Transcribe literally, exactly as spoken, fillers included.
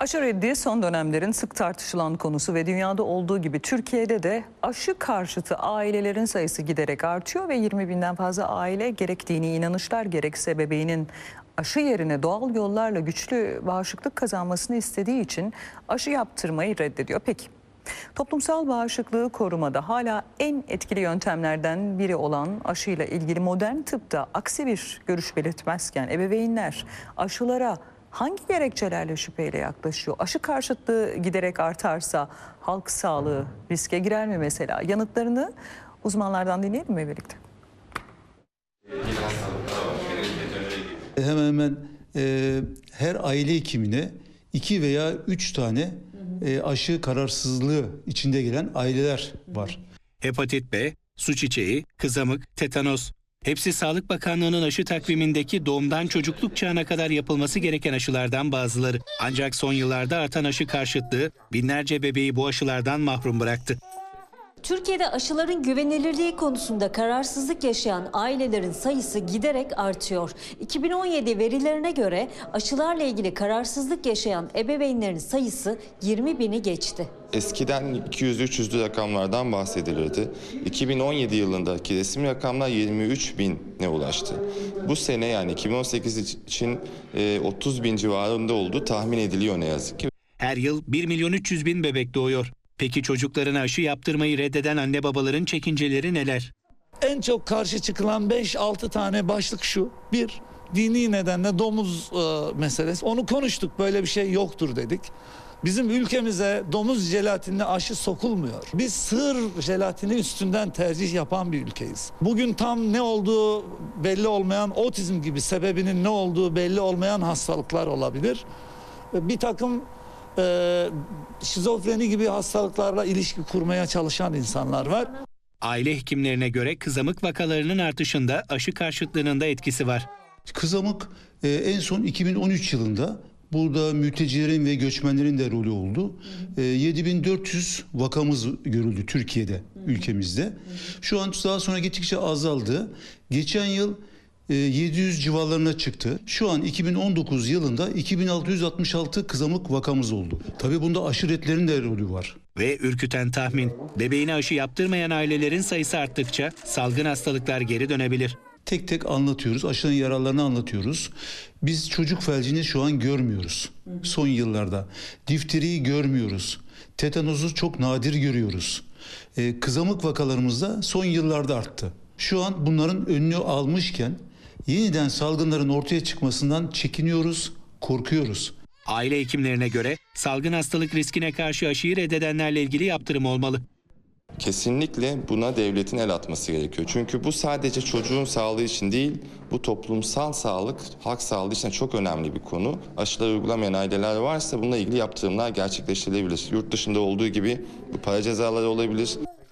Aşı reddi son dönemlerin sık tartışılan konusu ve dünyada olduğu gibi Türkiye'de de aşı karşıtı ailelerin sayısı giderek artıyor ve yirmi binden fazla aile gerek dini inanışlar gerekse bebeğinin aşı yerine doğal yollarla güçlü bağışıklık kazanmasını istediği için aşı yaptırmayı reddediyor. Peki toplumsal bağışıklığı korumada hala en etkili yöntemlerden biri olan aşıyla ilgili modern tıpta aksi bir görüş belirtmezken ebeveynler aşılara hangi gerekçelerle şüpheyle yaklaşıyor? Aşı karşıtlığı giderek artarsa halk sağlığı riske girer mi mesela? Yanıtlarını uzmanlardan dinleyelim mi birlikte? Hemen hemen e, her aile hekimine iki veya üç tane e, aşı kararsızlığı içinde gelen aileler var. Hepatit B, su çiçeği, kızamık, tetanos. Hepsi Sağlık Bakanlığı'nın aşı takvimindeki doğumdan çocukluk çağına kadar yapılması gereken aşılardan bazıları. Ancak son yıllarda artan aşı karşıtlığı binlerce bebeği bu aşılardan mahrum bıraktı. Türkiye'de aşıların güvenilirliği konusunda kararsızlık yaşayan ailelerin sayısı giderek artıyor. iki bin on yedi verilerine göre aşılarla ilgili kararsızlık yaşayan ebeveynlerin sayısı yirmi bini geçti. Eskiden iki yüz üç yüzlü rakamlardan bahsedilirdi. iki bin on yedi yılındaki resmi rakamlar yirmi üç bine ulaştı. Bu sene yani iki bin on sekiz için otuz bin civarında olduğu tahmin ediliyor ne yazık ki. Her yıl bir milyon üç yüz bin bebek doğuyor. Peki çocuklarına aşı yaptırmayı reddeden anne babaların çekinceleri neler? En çok karşı çıkılan beş altı tane başlık şu. Bir, dini nedenle domuz e, meselesi. Onu konuştuk, böyle bir şey yoktur dedik. Bizim ülkemize domuz jelatinli aşı sokulmuyor. Biz sığır jelatini üstünden tercih yapan bir ülkeyiz. Bugün tam ne olduğu belli olmayan otizm gibi sebebinin ne olduğu belli olmayan hastalıklar olabilir. Bir takım e, şizofreni gibi hastalıklarla ilişki kurmaya çalışan insanlar var. Aile hekimlerine göre kızamık vakalarının artışında aşı karşıtlığının da etkisi var. Kızamık e, en son iki bin on üç yılında burada mültecilerin ve göçmenlerin de rolü oldu. E, yedi bin dört yüz vakamız görüldü Türkiye'de, ülkemizde. Şu an daha sonra gittikçe azaldı. Geçen yıl e, yedi yüz civarlarına çıktı. Şu an iki bin on dokuz yılında iki bin altı yüz altmış altı kızamık vakamız oldu. Tabii bunda aşiretlerin de rolü var. Ve ürküten tahmin, bebeğine aşı yaptırmayan ailelerin sayısı arttıkça salgın hastalıklar geri dönebilir. Tek tek anlatıyoruz, aşının yararlarını anlatıyoruz. Biz çocuk felcini şu an görmüyoruz son yıllarda. Difteriyi görmüyoruz. Tetanozu çok nadir görüyoruz. Ee, kızamık vakalarımız da son yıllarda arttı. Şu an bunların önünü almışken yeniden salgınların ortaya çıkmasından çekiniyoruz, korkuyoruz. Aile hekimlerine göre salgın hastalık riskine karşı aşıyı reddedenlerle ilgili yaptırım olmalı. Kesinlikle buna devletin el atması gerekiyor. Çünkü bu sadece çocuğun sağlığı için değil, bu toplumsal sağlık, halk sağlığı için çok önemli bir konu. Aşıları uygulamayan aileler varsa bununla ilgili yaptırımlar gerçekleştirilebilir. Yurt dışında olduğu gibi bu para cezaları olabilir.